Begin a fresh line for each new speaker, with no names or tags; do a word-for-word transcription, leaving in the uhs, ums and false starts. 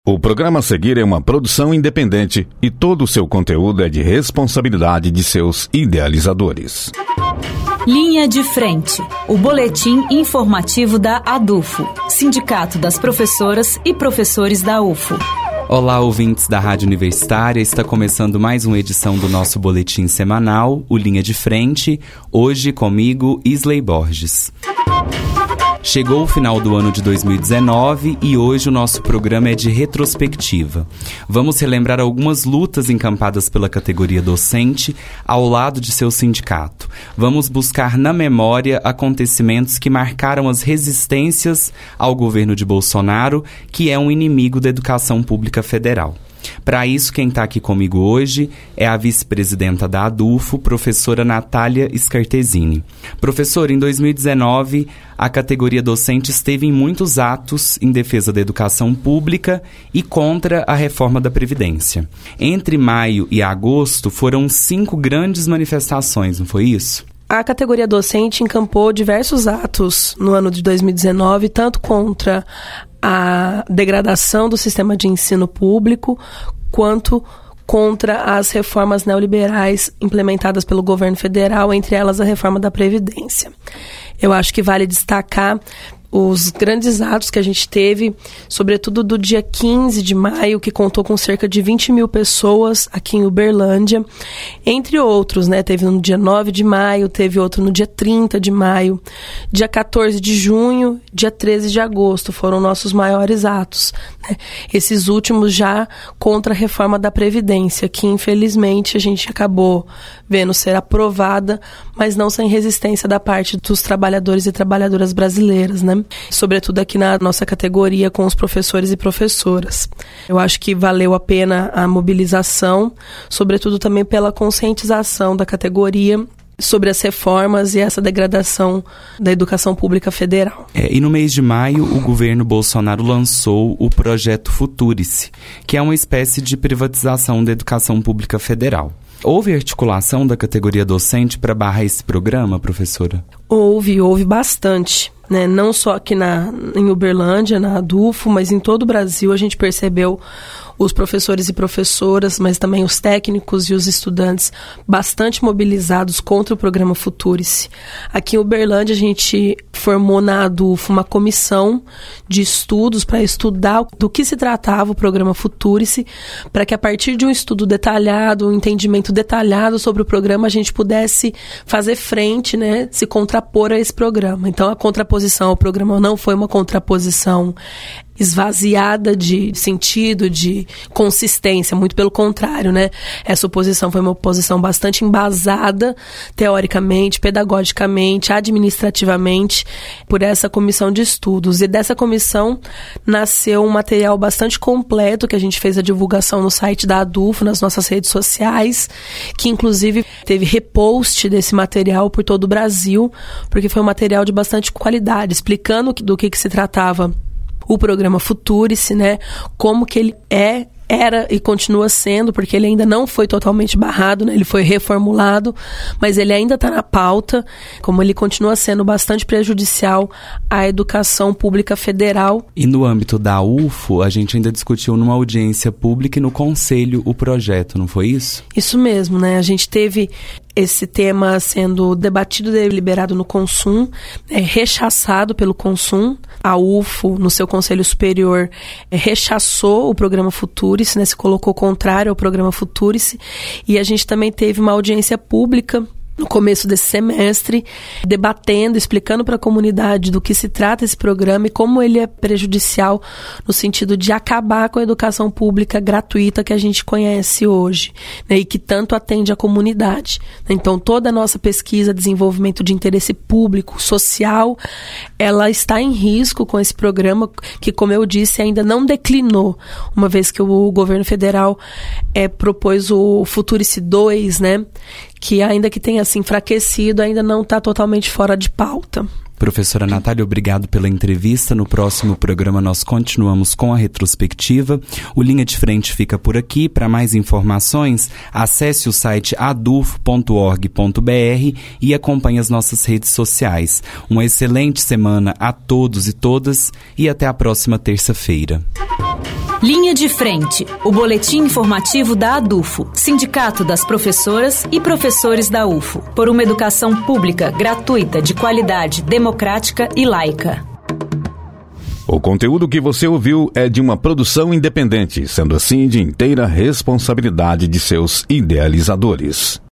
O programa a seguir é uma produção independente e todo o seu conteúdo é de responsabilidade de seus idealizadores.
Linha de Frente, o boletim informativo da ADUFO, Sindicato das Professoras e Professores da U F O.
Olá, ouvintes da Rádio Universitária, está começando mais uma edição do nosso boletim semanal, o Linha de Frente, hoje comigo, Isley Borges. Chegou o final do ano de dois mil e dezenove e hoje o nosso programa é de retrospectiva. Vamos relembrar algumas lutas encampadas pela categoria docente ao lado de seu sindicato. Vamos buscar na memória acontecimentos que marcaram as resistências ao governo de Bolsonaro, que é um inimigo da educação pública federal. Para isso, quem está aqui comigo hoje é a vice-presidenta da ADUFO, professora Natália Scartesini. Professora, em dois mil e dezenove, a categoria docente esteve em muitos atos em defesa da educação pública e contra a reforma da Previdência. Entre maio e agosto, foram cinco grandes manifestações, não foi isso?
A categoria docente encampou diversos atos no ano de dois mil e dezenove, tanto contra a degradação do sistema de ensino público, quanto contra as reformas neoliberais implementadas pelo governo federal, entre elas a reforma da Previdência. Eu acho que vale destacar os grandes atos que a gente teve, sobretudo do dia quinze de maio, que contou com cerca de vinte mil pessoas aqui em Uberlândia, entre outros, né? Teve no dia nove de maio, teve outro no dia trinta de maio, dia quatorze de junho, dia treze de agosto, foram nossos maiores atos, né? Esses últimos já contra a reforma da Previdência, que infelizmente a gente acabou vendo ser aprovada, mas não sem resistência da parte dos trabalhadores e trabalhadoras brasileiras, né? Sobretudo aqui na nossa categoria com os professores e professoras. Eu acho que valeu a pena a mobilização, sobretudo também pela conscientização da categoria sobre as reformas e essa degradação da educação pública federal.
É, e no mês de maio, o governo Bolsonaro lançou o projeto Futurice, que é uma espécie de privatização da educação pública federal. Houve articulação da categoria docente para barrar esse programa, professora?
Houve, houve bastante, né? Não só aqui na, em Uberlândia, na ADUFO, mas em todo o Brasil a gente percebeu os professores e professoras, mas também os técnicos e os estudantes bastante mobilizados contra o programa Futurice. Aqui em Uberlândia a gente formou na ADUFO uma comissão de estudos para estudar do que se tratava o programa Futurice, para que a partir de um estudo detalhado, um entendimento detalhado sobre o programa, a gente pudesse fazer frente, né, se contrapor a esse programa. Então a contraposição ao programa não foi uma contraposição esvaziada de sentido, de consistência, muito pelo contrário, né? Essa oposição foi uma oposição bastante embasada, teoricamente, pedagogicamente, administrativamente, por essa comissão de estudos. E dessa comissão nasceu um material bastante completo, que a gente fez a divulgação no site da ADUFO, nas nossas redes sociais, que inclusive teve repost desse material por todo o Brasil, porque foi um material de bastante qualidade, explicando do que, que se tratava o programa Futurice, né? Como que ele é, era e continua sendo, porque ele ainda não foi totalmente barrado, né? Ele foi reformulado, mas ele ainda está na pauta, como ele continua sendo bastante prejudicial à educação pública federal.
E no âmbito da U F O, a gente ainda discutiu numa audiência pública e no conselho o projeto, não foi isso?
Isso mesmo, né? A gente teve esse tema sendo debatido e deliberado no Consum, é, rechaçado pelo Consum. A U F O, no seu Conselho Superior, é, rechaçou o programa Futurice, né, se colocou contrário ao programa Futurice, e a gente também teve uma audiência pública no começo desse semestre, debatendo, explicando para a comunidade do que se trata esse programa e como ele é prejudicial no sentido de acabar com a educação pública gratuita que a gente conhece hoje, né, e que tanto atende a comunidade. Então, toda a nossa pesquisa, desenvolvimento de interesse público, social, ela está em risco com esse programa que, como eu disse, ainda não declinou, uma vez que o governo federal é, propôs o Futurice dois, né, que ainda que tenha se enfraquecido, ainda não está totalmente fora de pauta.
Professora Natália, obrigado pela entrevista. No próximo programa nós continuamos com a retrospectiva. O Linha de Frente fica por aqui. Para mais informações, acesse o site adufo ponto org ponto br e acompanhe as nossas redes sociais. Uma excelente semana a todos e todas e até a próxima terça-feira.
Linha de Frente, o boletim informativo da ADUFO, Sindicato das Professoras e Professores da U F O, por uma educação pública, gratuita, de qualidade, democrática e laica.
O conteúdo que você ouviu é de uma produção independente, sendo assim de inteira responsabilidade de seus idealizadores.